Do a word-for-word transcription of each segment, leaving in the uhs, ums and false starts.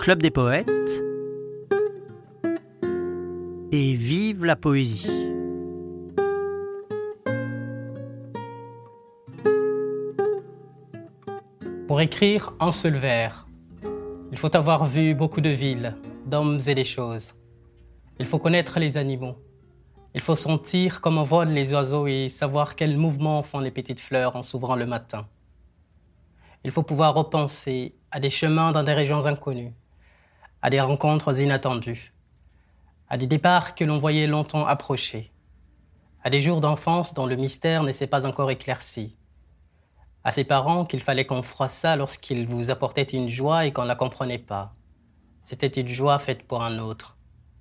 Club des poètes et vive la poésie. Pour écrire un seul vers, il faut avoir vu beaucoup de villes, d'hommes et des choses. Il faut connaître les animaux. Il faut sentir comment volent les oiseaux et savoir quels mouvements font les petites fleurs en s'ouvrant le matin. Il faut pouvoir repenser à des chemins dans des régions inconnues, à des rencontres inattendues, à des départs que l'on voyait longtemps approcher, à des jours d'enfance dont le mystère ne s'est pas encore éclairci, à ces parents qu'il fallait qu'on froissât lorsqu'ils vous apportaient une joie et qu'on ne la comprenait pas. C'était une joie faite pour un autre.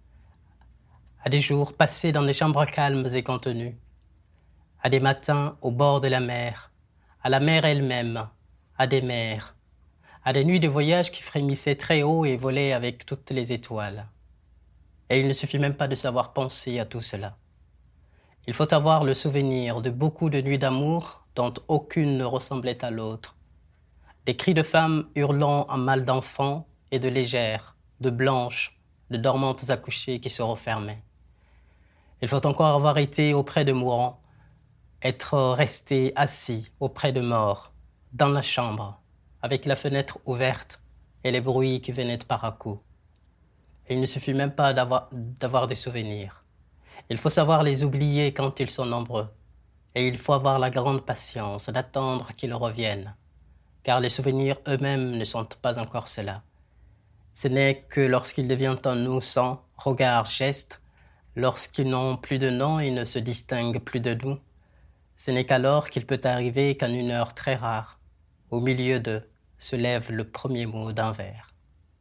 À des jours passés dans des chambres calmes et contenues, à des matins au bord de la mer, à la mer elle-même, à des mers, à des nuits de voyage qui frémissaient très haut et volaient avec toutes les étoiles. Et il ne suffit même pas de savoir penser à tout cela. Il faut avoir le souvenir de beaucoup de nuits d'amour dont aucune ne ressemblait à l'autre, des cris de femmes hurlant un mal d'enfant et de légères, de blanches, de dormantes accouchées qui se refermaient. Il faut encore avoir été auprès de mourants, être resté assis auprès de morts, dans la chambre, avec la fenêtre ouverte et les bruits qui venaient par à coups. Et il ne suffit même pas d'avoir, d'avoir des souvenirs. Il faut savoir les oublier quand ils sont nombreux. Et il faut avoir la grande patience d'attendre qu'ils reviennent, car les souvenirs eux-mêmes ne sont pas encore cela. Ce n'est que lorsqu'ils deviennent en nous sans regard, geste, lorsqu'ils n'ont plus de nom et ne se distinguent plus de nous, ce n'est qu'alors qu'il peut arriver qu'en une heure très rare, au milieu d'eux, se lève le premier mot d'un vers.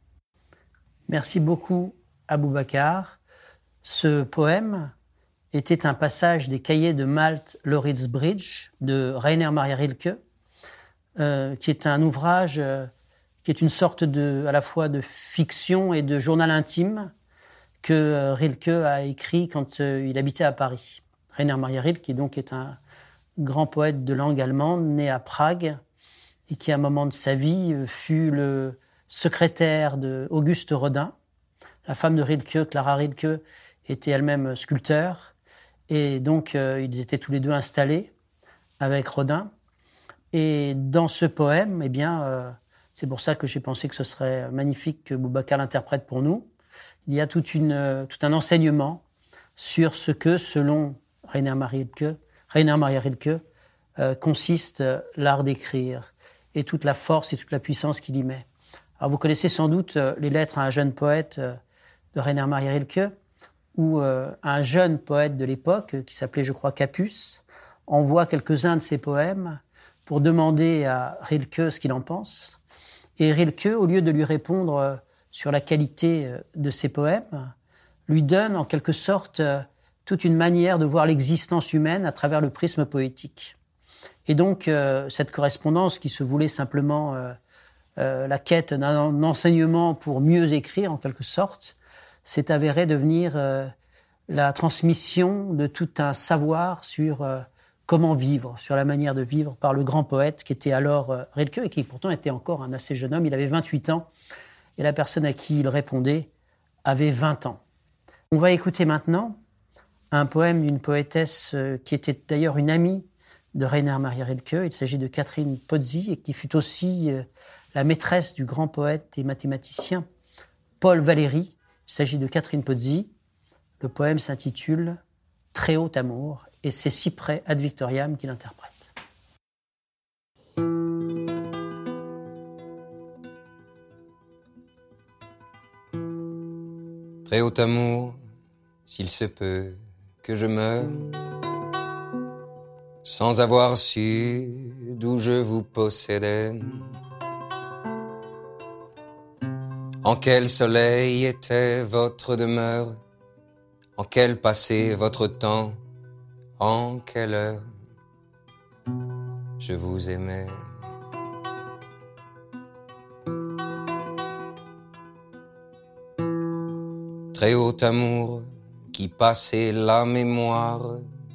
Merci beaucoup, Aboubacar. Ce poème était un passage des cahiers de Malte Laurits Bridge de Rainer Maria Rilke, euh, qui est un ouvrage euh, qui est une sorte de, à la fois de fiction et de journal intime que euh, Rilke a écrit quand euh, il habitait à Paris. Rainer Maria Rilke, qui donc est un grand poète de langue allemande, né à Prague, et qui, à un moment de sa vie, fut le secrétaire d'Auguste Rodin. La femme de Rilke, Clara Rilke, était elle-même sculpteur, et donc euh, ils étaient tous les deux installés avec Rodin. Et dans ce poème, eh bien, euh, c'est pour ça que j'ai pensé que ce serait magnifique que Boubacar l'interprète pour nous. Il y a toute une, euh, tout un enseignement sur ce que, selon Rainer Maria Rilke, Rainer Maria Rilke euh, consiste euh, l'art d'écrire, et toute la force et toute la puissance qu'il y met. Alors vous connaissez sans doute euh, les lettres à un jeune poète euh, de Rainer Maria Rilke, où euh, un jeune poète de l'époque, euh, qui s'appelait, je crois, Capus, envoie quelques-uns de ses poèmes pour demander à Rilke ce qu'il en pense. Et Rilke, au lieu de lui répondre euh, sur la qualité euh, de ses poèmes, lui donne en quelque sorte euh, toute une manière de voir l'existence humaine à travers le prisme poétique. Et donc, euh, cette correspondance qui se voulait simplement euh, euh, la quête d'un enseignement pour mieux écrire, en quelque sorte, s'est avérée devenir euh, la transmission de tout un savoir sur euh, comment vivre, sur la manière de vivre par le grand poète qui était alors euh, Rilke, et qui pourtant était encore un assez jeune homme. Il avait vingt-huit ans, et la personne à qui il répondait avait vingt ans. On va écouter maintenant un poème d'une poétesse euh, qui était d'ailleurs une amie de Rainer Maria Rilke. Il s'agit de Catherine Pozzi, et qui fut aussi euh, la maîtresse du grand poète et mathématicien Paul Valéry. Il s'agit de Catherine Pozzi. Le poème s'intitule « Très haut amour » et c'est Cyprès ad Victoriam qui l'interprète. Très haut amour, s'il se peut que je meure, sans avoir su d'où je vous possédais. En quel soleil était votre demeure? En quel passé votre temps? En quelle heure je vous aimais? Très haut amour qui passait la mémoire,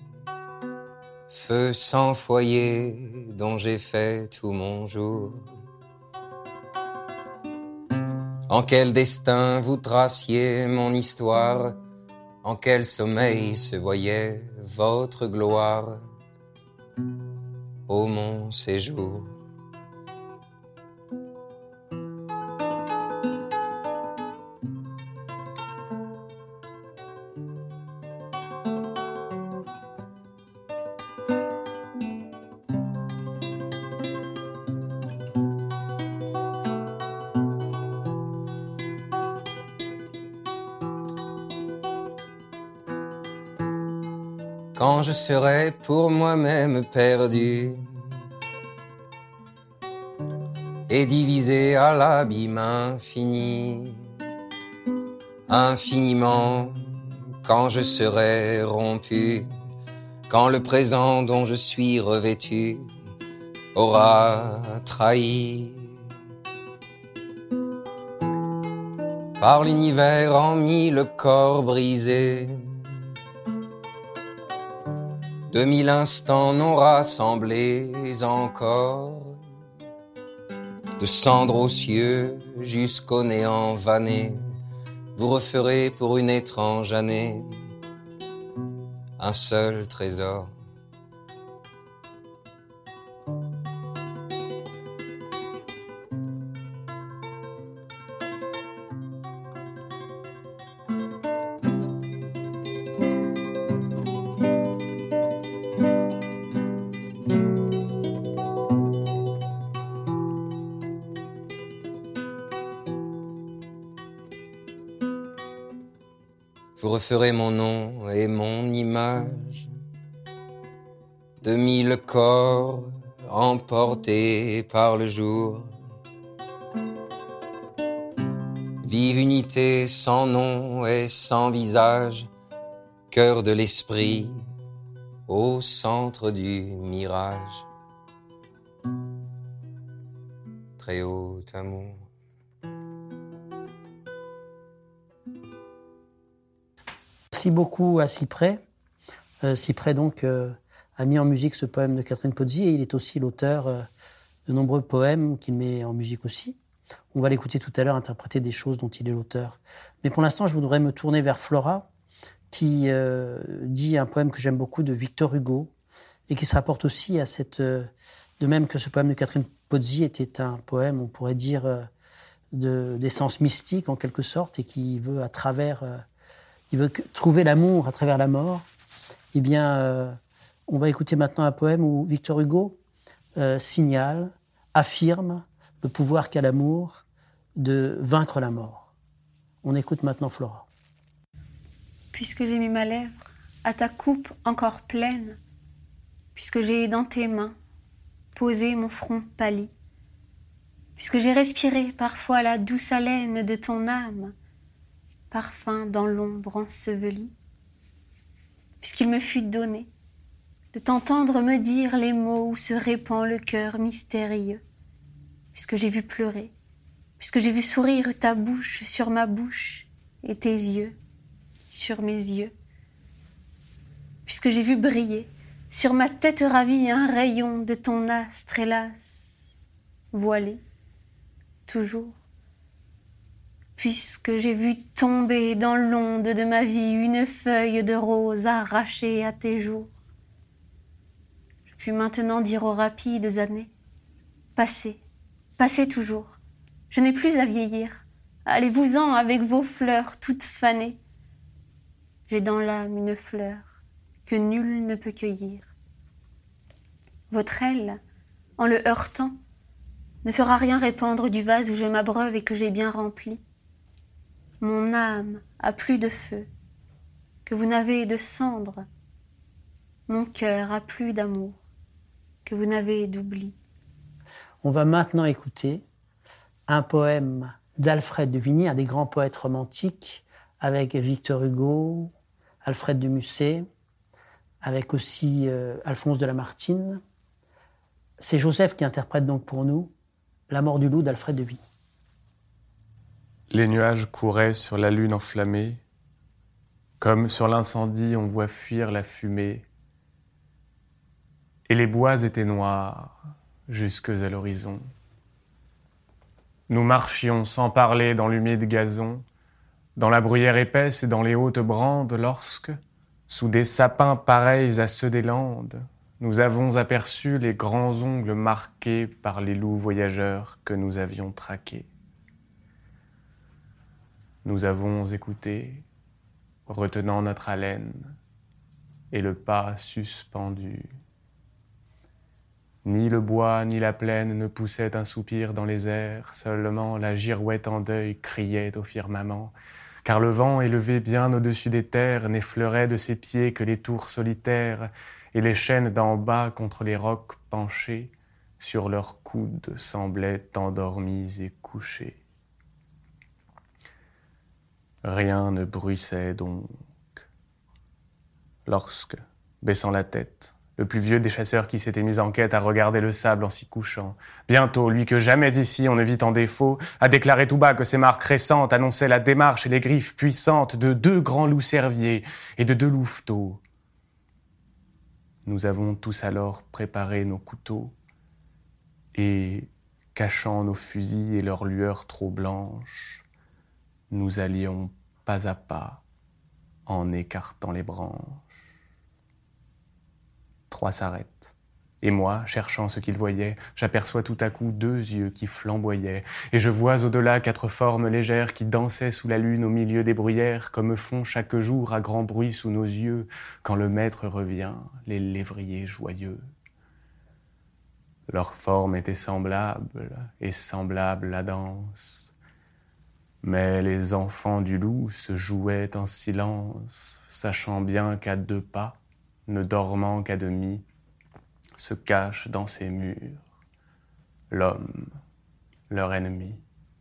feu sans foyer dont j'ai fait tout mon jour. En quel destin vous traciez mon histoire, en quel sommeil se voyait votre gloire, ô mon séjour. Quand je serai pour moi-même perdu et divisé à l'abîme infini, infiniment, quand je serai rompu, quand le présent dont je suis revêtu aura trahi par l'univers en mille corps brisés, de mille instants non rassemblés encore, de cendres aux cieux jusqu'au néant vanné, vous referez pour une étrange année un seul trésor. Vous referez mon nom et mon image, de mille corps emportés par le jour. Vive unité sans nom et sans visage, cœur de l'esprit au centre du mirage. Très haut amour. Merci beaucoup à Cyprès. Euh, Cyprès donc euh, a mis en musique ce poème de Catherine Pozzi et il est aussi l'auteur euh, de nombreux poèmes qu'il met en musique aussi. On va l'écouter tout à l'heure interpréter des choses dont il est l'auteur. Mais pour l'instant, je voudrais me tourner vers Flora qui euh, dit un poème que j'aime beaucoup de Victor Hugo et qui se rapporte aussi à cette... Euh, de même que ce poème de Catherine Pozzi était un poème, on pourrait dire, euh, de, d'essence mystique en quelque sorte et qui veut à travers... Euh, il veut trouver l'amour à travers la mort. Eh bien, euh, on va écouter maintenant un poème où Victor Hugo euh, signale, affirme le pouvoir qu'a l'amour de vaincre la mort. On écoute maintenant Flora. Puisque j'ai mis ma lèvre à ta coupe encore pleine, puisque j'ai dans tes mains posé mon front pâli, puisque j'ai respiré parfois la douce haleine de ton âme, parfum dans l'ombre ensevelie, puisqu'il me fut donné de t'entendre me dire les mots où se répand le cœur mystérieux, puisque j'ai vu pleurer, puisque j'ai vu sourire ta bouche sur ma bouche et tes yeux sur mes yeux, puisque j'ai vu briller sur ma tête ravie un rayon de ton astre, hélas, voilé, toujours, puisque j'ai vu tomber dans l'onde de ma vie une feuille de rose arrachée à tes jours. Je puis maintenant dire aux rapides années, passez, passez toujours, je n'ai plus à vieillir, allez-vous-en avec vos fleurs toutes fanées. J'ai dans l'âme une fleur que nul ne peut cueillir. Votre aile, en le heurtant, ne fera rien répandre du vase où je m'abreuve et que j'ai bien rempli. Mon âme a plus de feu que vous n'avez de cendre. Mon cœur a plus d'amour que vous n'avez d'oubli. On va maintenant écouter un poème d'Alfred de Vigny, un des grands poètes romantiques, avec Victor Hugo, Alfred de Musset, avec aussi euh, Alphonse de Lamartine. C'est Joseph qui interprète donc pour nous La mort du loup d'Alfred de Vigny. Les nuages couraient sur la lune enflammée, comme sur l'incendie on voit fuir la fumée, et les bois étaient noirs jusques à l'horizon. Nous marchions sans parler dans l'humide gazon, dans la bruyère épaisse et dans les hautes brandes, lorsque, sous des sapins pareils à ceux des Landes, nous avons aperçu les grands ongles marqués par les loups voyageurs que nous avions traqués. Nous avons écouté, retenant notre haleine, et le pas suspendu. Ni le bois ni la plaine ne poussaient un soupir dans les airs, seulement la girouette en deuil criait au firmament, car le vent élevé bien au-dessus des terres n'effleurait de ses pieds que les tours solitaires, et les chênes d'en bas contre les rocs penchés, sur leurs coudes semblaient endormis et couchés. Rien ne bruissait donc, lorsque, baissant la tête, le plus vieux des chasseurs qui s'était mis en quête à regarder le sable en s'y couchant, bientôt, lui que jamais ici on ne vit en défaut, a déclaré tout bas que ses marques récentes annonçaient la démarche et les griffes puissantes de deux grands loups cerviers et de deux louveteaux. Nous avons tous alors préparé nos couteaux et, cachant nos fusils et leurs lueurs trop blanches, nous allions pas à pas en écartant les branches. Trois s'arrêtent, et moi, cherchant ce qu'ils voyaient, j'aperçois tout à coup deux yeux qui flamboyaient, et je vois au-delà quatre formes légères qui dansaient sous la lune au milieu des bruyères, comme font chaque jour à grand bruit sous nos yeux, quand le maître revient, les lévriers joyeux. Leur forme était semblable, et semblable la danse, mais les enfants du loup se jouaient en silence, sachant bien qu'à deux pas, ne dormant qu'à demi, se cache dans ses murs l'homme, leur ennemi.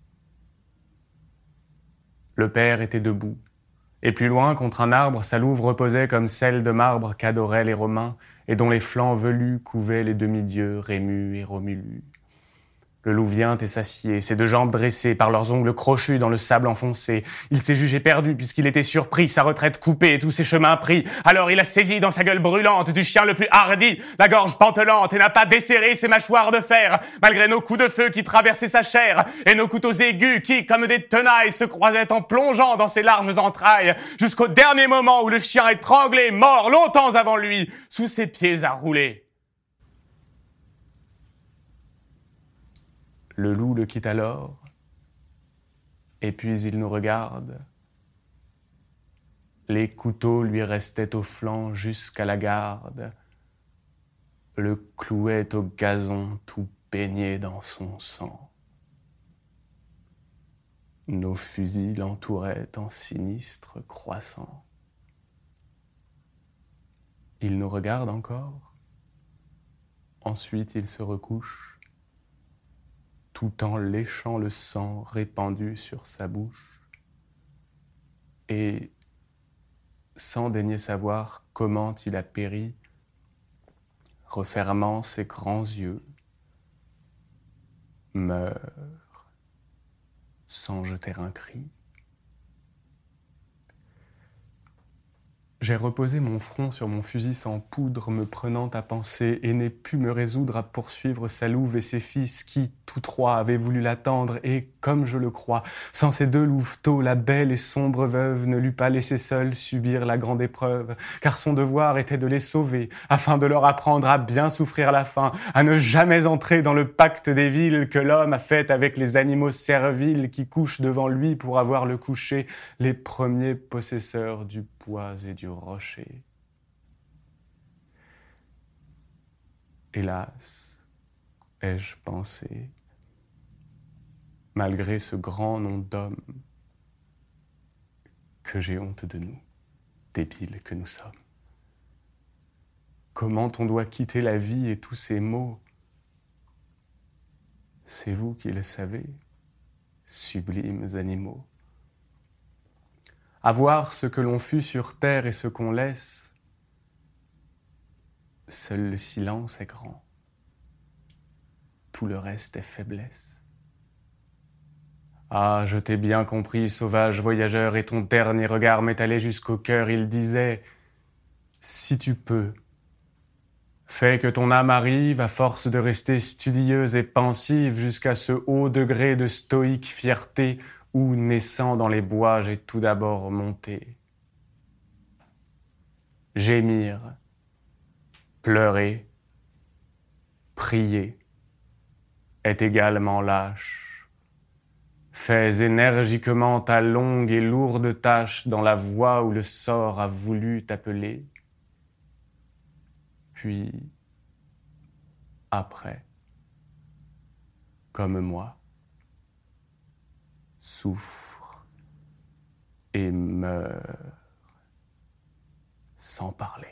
Le père était debout, et plus loin, contre un arbre, sa louve reposait comme celle de marbre qu'adoraient les Romains, et dont les flancs velus couvaient les demi-dieux Rémus et Romulus. Le loup vient et s'assied, ses deux jambes dressées par leurs ongles crochus dans le sable enfoncé. Il s'est jugé perdu puisqu'il était surpris, sa retraite coupée et tous ses chemins pris. Alors il a saisi dans sa gueule brûlante du chien le plus hardi, la gorge pantelante, et n'a pas desserré ses mâchoires de fer, malgré nos coups de feu qui traversaient sa chair, et nos couteaux aigus qui, comme des tenailles, se croisaient en plongeant dans ses larges entrailles, jusqu'au dernier moment où le chien étranglé, mort longtemps avant lui, sous ses pieds à rouler. Le loup le quitte alors, et puis il nous regarde. Les couteaux lui restaient au flanc jusqu'à la garde, le clouait au gazon tout baigné dans son sang. Nos fusils l'entouraient en sinistre croissant. Il nous regarde encore, ensuite il se recouche, tout en léchant le sang répandu sur sa bouche, et, sans daigner savoir comment il a péri, refermant ses grands yeux, meurt sans jeter un cri. J'ai reposé mon front sur mon fusil sans poudre, me prenant à penser, et n'ai pu me résoudre à poursuivre sa louve et ses fils qui, tous trois, avaient voulu l'attendre, et, comme je le crois, sans ces deux louveteaux, la belle et sombre veuve ne l'eût pas laissé seule subir la grande épreuve, car son devoir était de les sauver, afin de leur apprendre à bien souffrir la faim, à ne jamais entrer dans le pacte des villes que l'homme a fait avec les animaux serviles qui couchent devant lui pour avoir le coucher, les premiers possesseurs du bois et du rocher. Hélas, ai-je pensé, malgré ce grand nom d'homme, que j'ai honte de nous, débiles que nous sommes. Comment on doit quitter la vie et tous ses maux? C'est vous qui le savez, sublimes animaux. Avoir ce que l'on fut sur terre et ce qu'on laisse, seul le silence est grand. Tout le reste est faiblesse. Ah, je t'ai bien compris, sauvage voyageur, et ton dernier regard m'est allé jusqu'au cœur. Il disait, si tu peux, Fais que ton âme arrive, à force de rester studieuse et pensive, jusqu'à ce haut degré de stoïque fierté où, naissant dans les bois, j'ai tout d'abord monté. Gémir, pleurer, prier est également lâche. Fais énergiquement ta longue et lourde tâche dans la voie où le sort a voulu t'appeler. Puis, après, comme moi, souffre et meurt sans parler.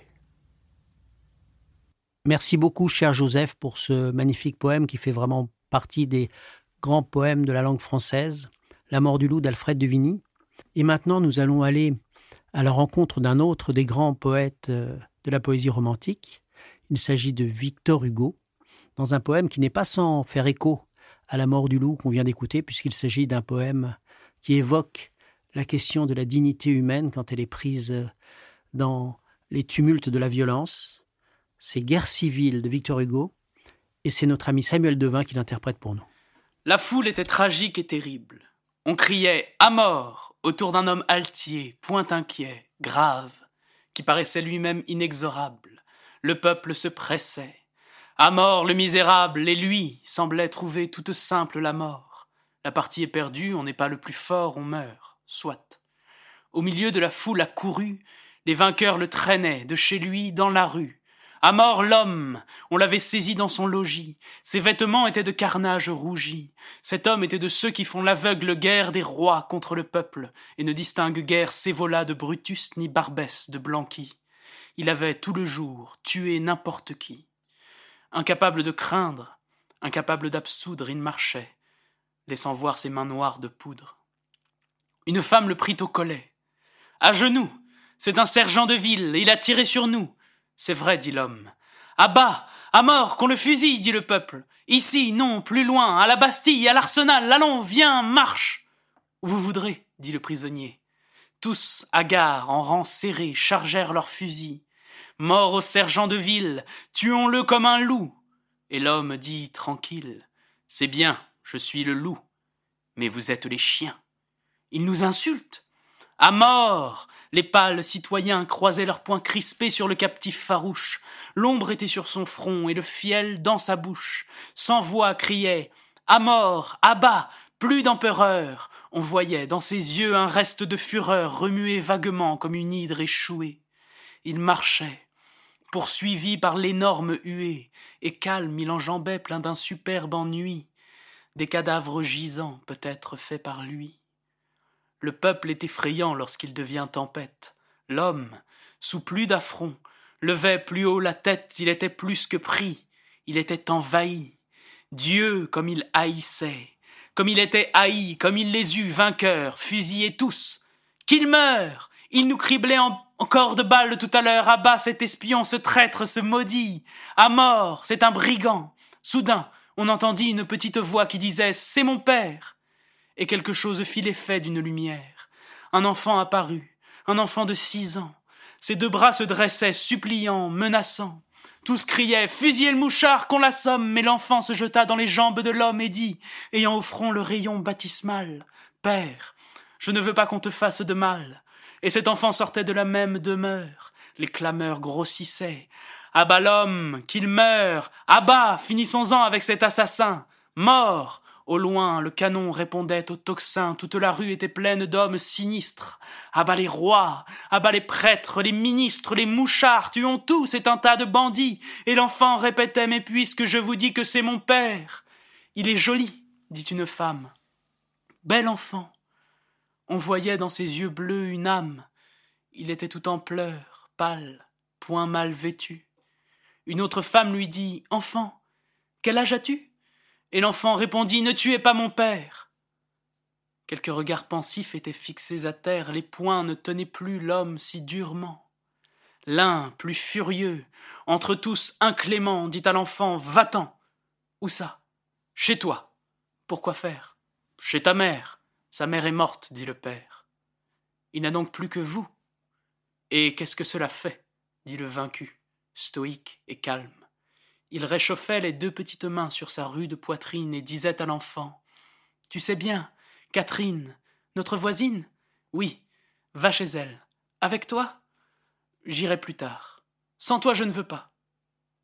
Merci beaucoup, cher Joseph, pour ce magnifique poème qui fait vraiment partie des grands poèmes de la langue française, La mort du loup d'Alfred de Vigny. Et maintenant, nous allons aller à la rencontre d'un autre des grands poètes de la poésie romantique. Il s'agit de Victor Hugo, dans un poème qui n'est pas sans faire écho à La mort du loup qu'on vient d'écouter, puisqu'il s'agit d'un poème qui évoque la question de la dignité humaine quand elle est prise dans les tumultes de la violence. C'est Guerre civile de Victor Hugo, et c'est notre ami Samuel Devin qui l'interprète pour nous. La foule était tragique et terrible. On criait « à mort » autour d'un homme altier, point inquiet, grave, qui paraissait lui-même inexorable. Le peuple se pressait. À mort le misérable, et lui semblait trouver toute simple la mort. La partie est perdue, on n'est pas le plus fort, on meurt, soit. Au milieu de la foule accourue, les vainqueurs le traînaient de chez lui dans la rue. À mort l'homme, on l'avait saisi dans son logis, ses vêtements étaient de carnage rougi. Cet homme était de ceux qui font l'aveugle guerre des rois contre le peuple, et ne distinguent guère Sévola de Brutus ni Barbès de Blanqui. Il avait tout le jour tué n'importe qui. Incapable de craindre, incapable d'absoudre, il marchait, laissant voir ses mains noires de poudre. Une femme le prit au collet. « À genoux, c'est un sergent de ville, et il a tiré sur nous. » « C'est vrai, dit l'homme. »« À bas, à mort, qu'on le fusille, dit le peuple. Ici, non, plus loin, à la Bastille, à l'Arsenal, allons, viens, marche. »« Où vous voudrez, dit le prisonnier. » Tous, hagards, en rang serré, chargèrent leurs fusils. « Mort au sergent de ville, tuons-le comme un loup. » Et l'homme dit, tranquille, « C'est bien, je suis le loup, mais vous êtes les chiens. » Il nous insulte. À mort! Les pâles citoyens croisaient leurs poings crispés sur le captif farouche. L'ombre était sur son front et le fiel dans sa bouche. Sans voix criait « À mort! À bas! Plus d'empereur !» On voyait dans ses yeux un reste de fureur remuer vaguement comme une hydre échouée. Il marchait, poursuivi par l'énorme huée, et calme il enjambait plein d'un superbe ennui. Des cadavres gisants, peut-être faits par lui. Le peuple est effrayant lorsqu'il devient tempête. L'homme, sous plus d'affront, levait plus haut la tête, il était plus que pris, il était envahi. Dieu, comme il haïssait, comme il était haï, comme il les eut vainqueurs, fusillés tous. Qu'il meure! Il nous criblait en, encore de balles tout à l'heure. À bas cet espion, ce traître, ce maudit. À mort, c'est un brigand. Soudain, on entendit une petite voix qui disait « C'est mon père !» Et quelque chose fit l'effet d'une lumière. Un enfant apparut, un enfant de six ans. Ses deux bras se dressaient, suppliants, menaçants. Tous criaient « Fusillez le mouchard, qu'on l'assomme !» Mais l'enfant se jeta dans les jambes de l'homme et dit, ayant au front le rayon baptismal, « Père, je ne veux pas qu'on te fasse de mal. » Et cet enfant sortait de la même demeure. Les clameurs grossissaient. « À bas l'homme, qu'il meure! À bas, finissons-en avec cet assassin! Mort !» Au loin, le canon répondait au tocsin, toute la rue était pleine d'hommes sinistres. À bas les rois, à bas les prêtres, les ministres, les mouchards, tuons tous, c'est un tas de bandits. Et l'enfant répétait, mais puisque je vous dis que c'est mon père. Il est joli, dit une femme. Bel enfant. On voyait dans ses yeux bleus une âme. Il était tout en pleurs, pâle, point mal vêtu. Une autre femme lui dit, enfant, quel âge as-tu ? Et l'enfant répondit « Ne tuez pas mon père !» Quelques regards pensifs étaient fixés à terre, les poings ne tenaient plus l'homme si durement. L'un, plus furieux, entre tous inclément, dit à l'enfant « Va-t'en !»« Où ça ?»« Chez toi. »« Pourquoi faire ?»« Chez ta mère. Sa mère est morte, dit le père. »« Il n'a donc plus que vous. »« Et qu'est-ce que cela fait ?» dit le vaincu, stoïque et calme. Il réchauffait les deux petites mains sur sa rude poitrine et disait à l'enfant « Tu sais bien, Catherine, notre voisine ? Oui, va chez elle. Avec toi ? J'irai plus tard. Sans toi, je ne veux pas. Pourquoi ?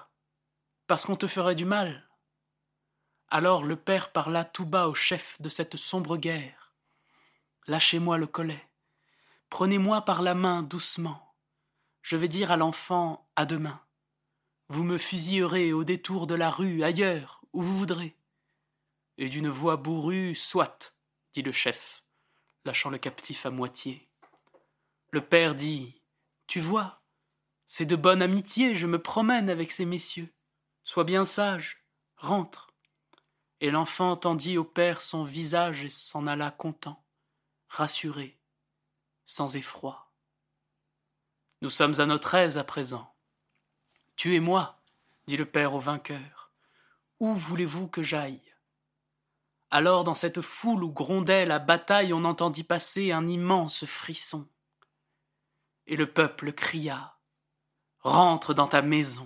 Parce qu'on te ferait du mal. » Alors le père parla tout bas au chef de cette sombre guerre. « Lâchez-moi le collet. Prenez-moi par la main doucement. Je vais dire à l'enfant à demain. Vous me fusillerez au détour de la rue, ailleurs, où vous voudrez. » Et d'une voix bourrue, « Soit, dit le chef, lâchant le captif à moitié. Le père dit, « Tu vois, c'est de bonne amitié, je me promène avec ces messieurs. Sois bien sage, rentre. » Et l'enfant tendit au père son visage et s'en alla content, rassuré, sans effroi. Nous sommes à notre aise à présent. Tu et moi, dit le père au vainqueur, où voulez-vous que j'aille ? Alors dans cette foule où grondait la bataille, on entendit passer un immense frisson. Et le peuple cria, rentre dans ta maison.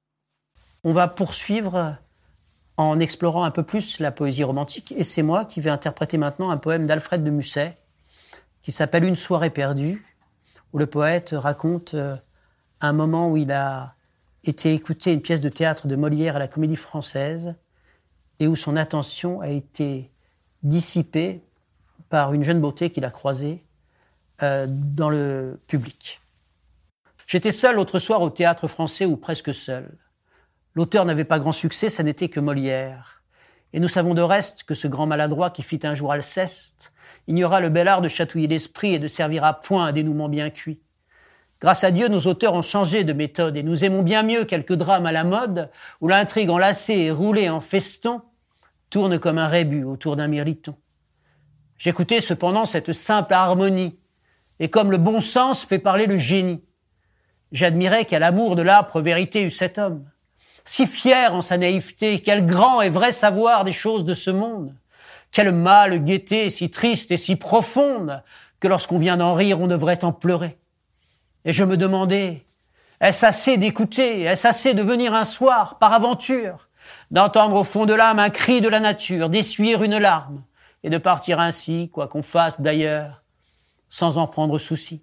On va poursuivre en explorant un peu plus la poésie romantique, et c'est moi qui vais interpréter maintenant un poème d'Alfred de Musset, qui s'appelle « Une soirée perdue », où le poète raconte un moment où il a été écouter une pièce de théâtre de Molière à la Comédie Française, et où son attention a été dissipée par une jeune beauté qu'il a croisée euh, dans le public. J'étais seul l'autre soir au Théâtre Français, ou presque seul. L'auteur n'avait pas grand succès, ça n'était que Molière. Et nous savons de reste que ce grand maladroit qui fit un jour Alceste ignora le bel art de chatouiller l'esprit et de servir à point un dénouement bien cuit. Grâce à Dieu, nos auteurs ont changé de méthode et nous aimons bien mieux quelques drames à la mode où l'intrigue enlacée et roulée en feston tourne comme un rébus autour d'un mirliton. J'écoutais cependant cette simple harmonie et comme le bon sens fait parler le génie, j'admirais quel amour de l'âpre vérité eut cet homme. Si fier en sa naïveté, quel grand et vrai savoir des choses de ce monde. Quelle mâle gaieté si triste et si profonde que lorsqu'on vient d'en rire, on devrait en pleurer. Et je me demandais, est-ce assez d'écouter, est-ce assez de venir un soir, par aventure, d'entendre au fond de l'âme un cri de la nature, d'essuyer une larme, et de partir ainsi, quoi qu'on fasse d'ailleurs, sans en prendre souci.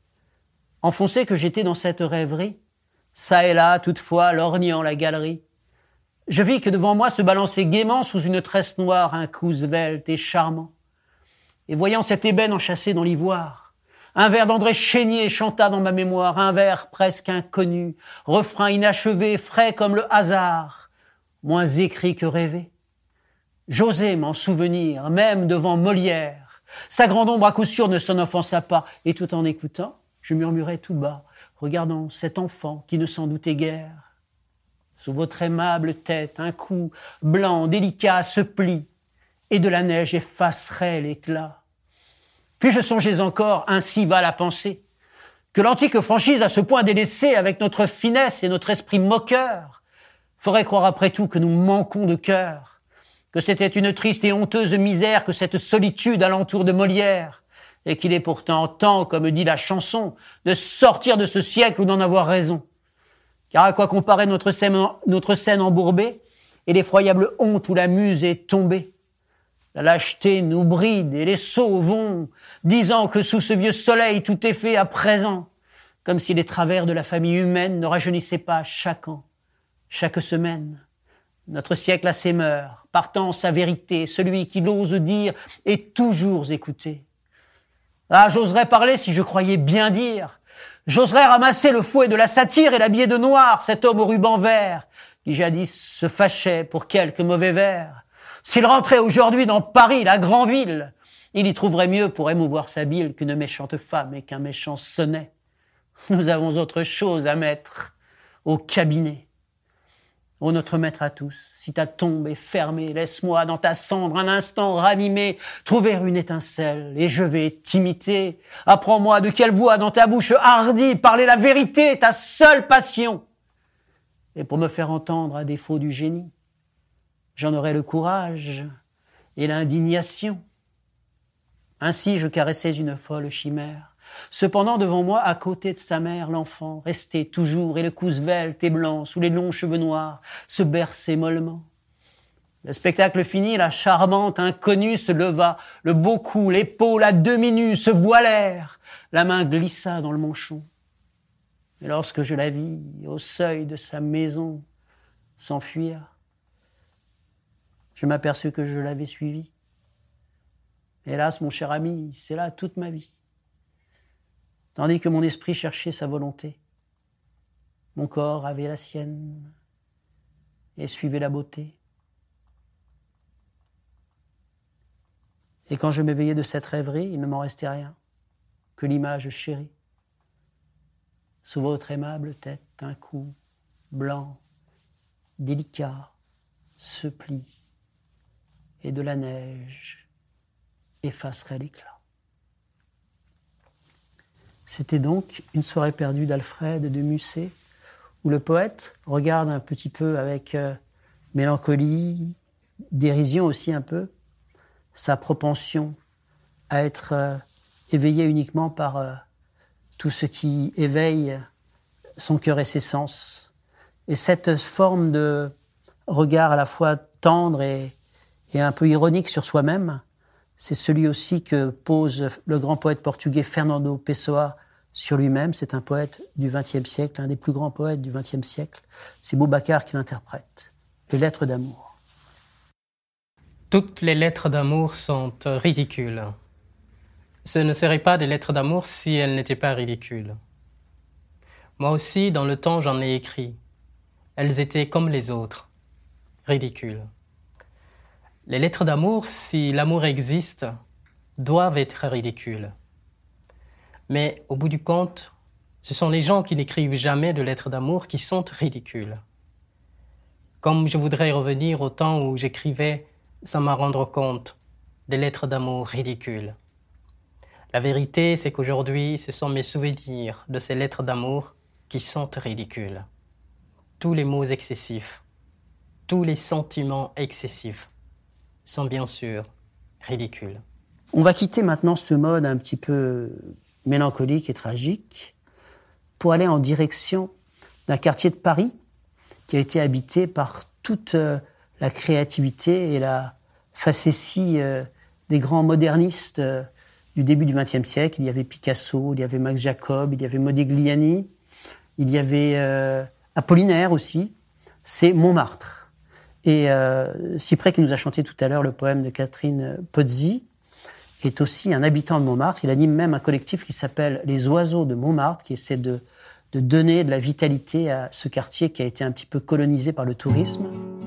Enfoncé que j'étais dans cette rêverie, ça et là, toutefois, lorgnant la galerie, je vis que devant moi se balançait gaiement sous une tresse noire un cou svelte et charmant. Et voyant cette ébène enchâssée dans l'ivoire, un vers d'André Chénier chanta dans ma mémoire, un vers presque inconnu, refrain inachevé, frais comme le hasard, moins écrit que rêvé. J'osais m'en souvenir, même devant Molière. Sa grande ombre à coup sûr ne s'en offensa pas, et tout en écoutant, je murmurais tout bas, regardant cet enfant qui ne s'en doutait guère. Sous votre aimable tête, un cou blanc, délicat se plie, et de la neige effacerait l'éclat. Puis je songeais encore, ainsi va la pensée, que l'antique franchise à ce point délaissée avec notre finesse et notre esprit moqueur ferait croire après tout que nous manquons de cœur, que c'était une triste et honteuse misère que cette solitude alentour de Molière, et qu'il est pourtant temps, comme dit la chanson, de sortir de ce siècle ou d'en avoir raison. Car à quoi comparer notre scène, notre scène embourbée et l'effroyable honte où la muse est tombée? La lâcheté nous bride et les sots vont, disant que sous ce vieux soleil tout est fait à présent, comme si les travers de la famille humaine ne rajeunissaient pas chaque an, chaque semaine. Notre siècle a ses mœurs, partant sa vérité, celui qui l'ose dire est toujours écouté. Ah, j'oserais parler si je croyais bien dire. J'oserais ramasser le fouet de la satire et l'habiller de noir, cet homme au ruban vert, qui jadis se fâchait pour quelques mauvais vers. S'il rentrait aujourd'hui dans Paris, la grande ville, il y trouverait mieux pour émouvoir sa bile qu'une méchante femme et qu'un méchant sonnet. Nous avons autre chose à mettre au cabinet. Ô notre maître à tous, si ta tombe est fermée, laisse-moi dans ta cendre un instant ranimer, trouver une étincelle, et je vais t'imiter. Apprends-moi de quelle voix dans ta bouche hardie parler la vérité, ta seule passion. Et pour me faire entendre à défaut du génie, j'en aurai le courage et l'indignation. Ainsi je caressais une folle chimère, Cependant, devant moi, à côté de sa mère, l'enfant, resté toujours, et le cou svelte et blanc, sous les longs cheveux noirs, se berçait mollement. Le spectacle fini, la charmante inconnue se leva, le beau cou, l'épaule à demi nue se voilèrent, la main glissa dans le manchon. Et lorsque je la vis, au seuil de sa maison, s'enfuir, je m'aperçus que je l'avais suivie. Hélas, mon cher ami, c'est là toute ma vie. Tandis que mon esprit cherchait sa volonté, mon corps avait la sienne et suivait la beauté. Et quand je m'éveillais de cette rêverie, il ne m'en restait rien que l'image chérie. Sous votre aimable tête, un cou blanc, délicat, se plie, et de la neige effacerait l'éclat. C'était donc une soirée perdue d'Alfred de Musset, où le poète regarde un petit peu avec euh, mélancolie, dérision aussi un peu, sa propension à être euh, éveillé uniquement par euh, tout ce qui éveille son cœur et ses sens. Et cette forme de regard à la fois tendre et, et un peu ironique sur soi-même, c'est celui aussi que pose le grand poète portugais Fernando Pessoa sur lui-même. C'est un poète du vingtième siècle, un des plus grands poètes du vingtième siècle. C'est Boubacar qui l'interprète. Les lettres d'amour. Toutes les lettres d'amour sont ridicules. Ce ne seraient pas des lettres d'amour si elles n'étaient pas ridicules. Moi aussi, dans le temps, j'en ai écrit. Elles étaient comme les autres, ridicules. Les lettres d'amour, si l'amour existe, doivent être ridicules. Mais au bout du compte, ce sont les gens qui n'écrivent jamais de lettres d'amour qui sont ridicules. Comme je voudrais revenir au temps où j'écrivais sans m'en rendre compte des lettres d'amour ridicules. La vérité, c'est qu'aujourd'hui, ce sont mes souvenirs de ces lettres d'amour qui sont ridicules. Tous les mots excessifs, tous les sentiments excessifs sont bien sûr ridicules. On va quitter maintenant ce mode un petit peu mélancolique et tragique pour aller en direction d'un quartier de Paris qui a été habité par toute la créativité et la facétie des grands modernistes du début du vingtième siècle. Il y avait Picasso, il y avait Max Jacob, il y avait Modigliani, il y avait euh, Apollinaire aussi. C'est Montmartre. Et euh, Cyprès, qui nous a chanté tout à l'heure le poème de Catherine Pozzi, est aussi un habitant de Montmartre. Il anime même un collectif qui s'appelle Les Oiseaux de Montmartre, qui essaie de, de donner de la vitalité à ce quartier qui a été un petit peu colonisé par le tourisme.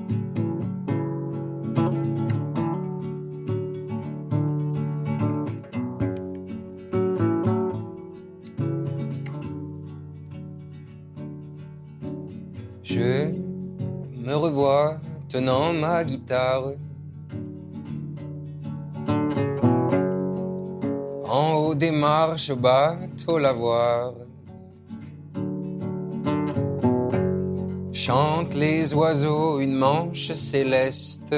Je me revois tenant ma guitare en haut des marches au bateau lavoir. Chantent les oiseaux une manche céleste.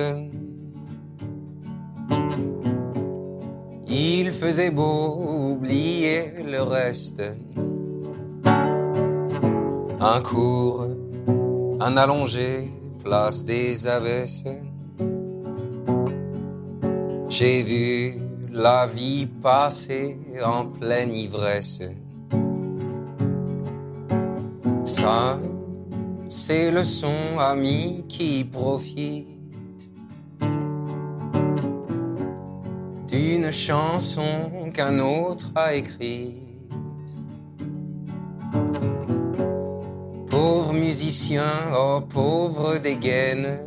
Il faisait beau oublier le reste. Un court, un allongé, place des Abbesses. J'ai vu la vie passer en pleine ivresse. Ça, c'est le son ami qui profite d'une chanson qu'un autre a écrite. Pauvre musicien, oh pauvre dégaine,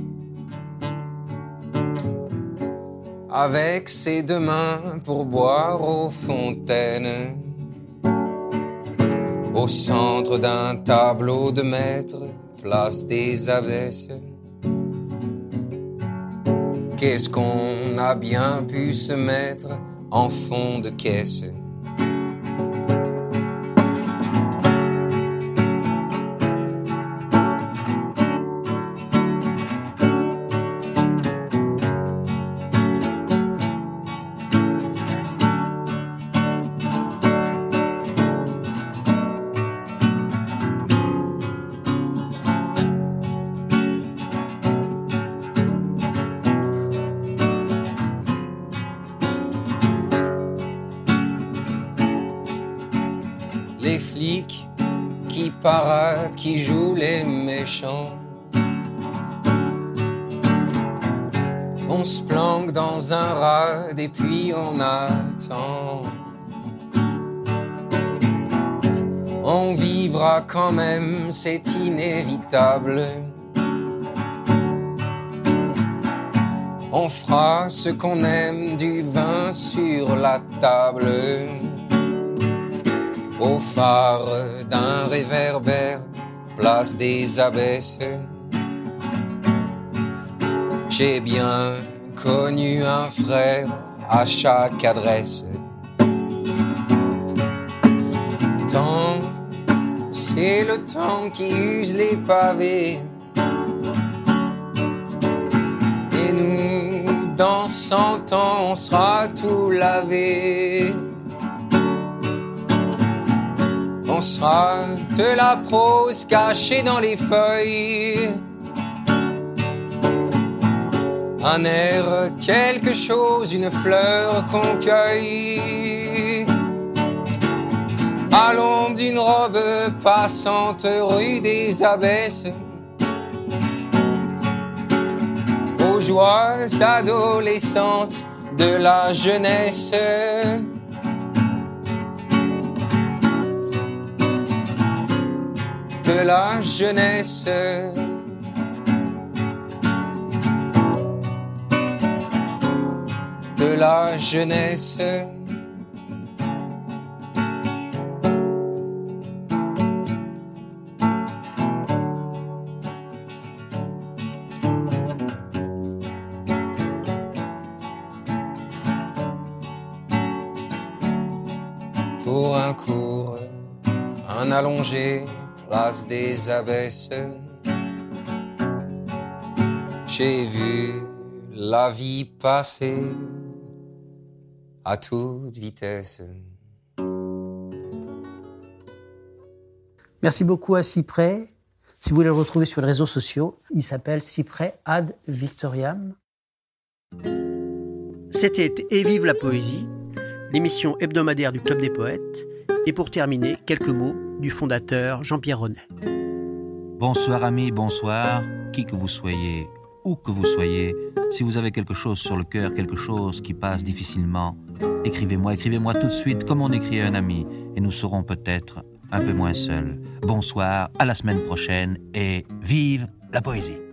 avec ses deux mains pour boire aux fontaines. Au centre d'un tableau de maître, place des Abbesses. Qu'est-ce qu'on a bien pu se mettre en fond de caisse? flics qui paradent, qui jouent les méchants. On se planque dans un rade et puis on attend. On vivra quand même, c'est inévitable. On fera ce qu'on aime, du vin sur la table. Au phare d'un réverbère, place des abbesses. J'ai bien connu un frère à chaque adresse. Temps, c'est le temps qui use les pavés. Et nous, dans cent ans, on sera tout lavé. On sera de la prose cachée dans les feuilles. Un air, quelque chose, une fleur qu'on cueille. À l'ombre d'une robe passante rue des Abbesses. Aux joies adolescentes de la jeunesse. De la jeunesse. De la jeunesse. Pour un cours, un allongé, place des Abbesses. J'ai vu la vie passer à toute vitesse. Merci beaucoup à Cyprès. Si vous voulez le retrouver sur les réseaux sociaux, il s'appelle Cyprès ad Victoriam. C'était Et vive la poésie, l'émission hebdomadaire du Club des Poètes. Et pour terminer, quelques mots du fondateur Jean-Pierre Ronet. Bonsoir amis, bonsoir, qui que vous soyez, où que vous soyez, si vous avez quelque chose sur le cœur, quelque chose qui passe difficilement, écrivez-moi, écrivez-moi tout de suite comme on écrit à un ami, et nous serons peut-être un peu moins seuls. Bonsoir, à la semaine prochaine, et vive la poésie!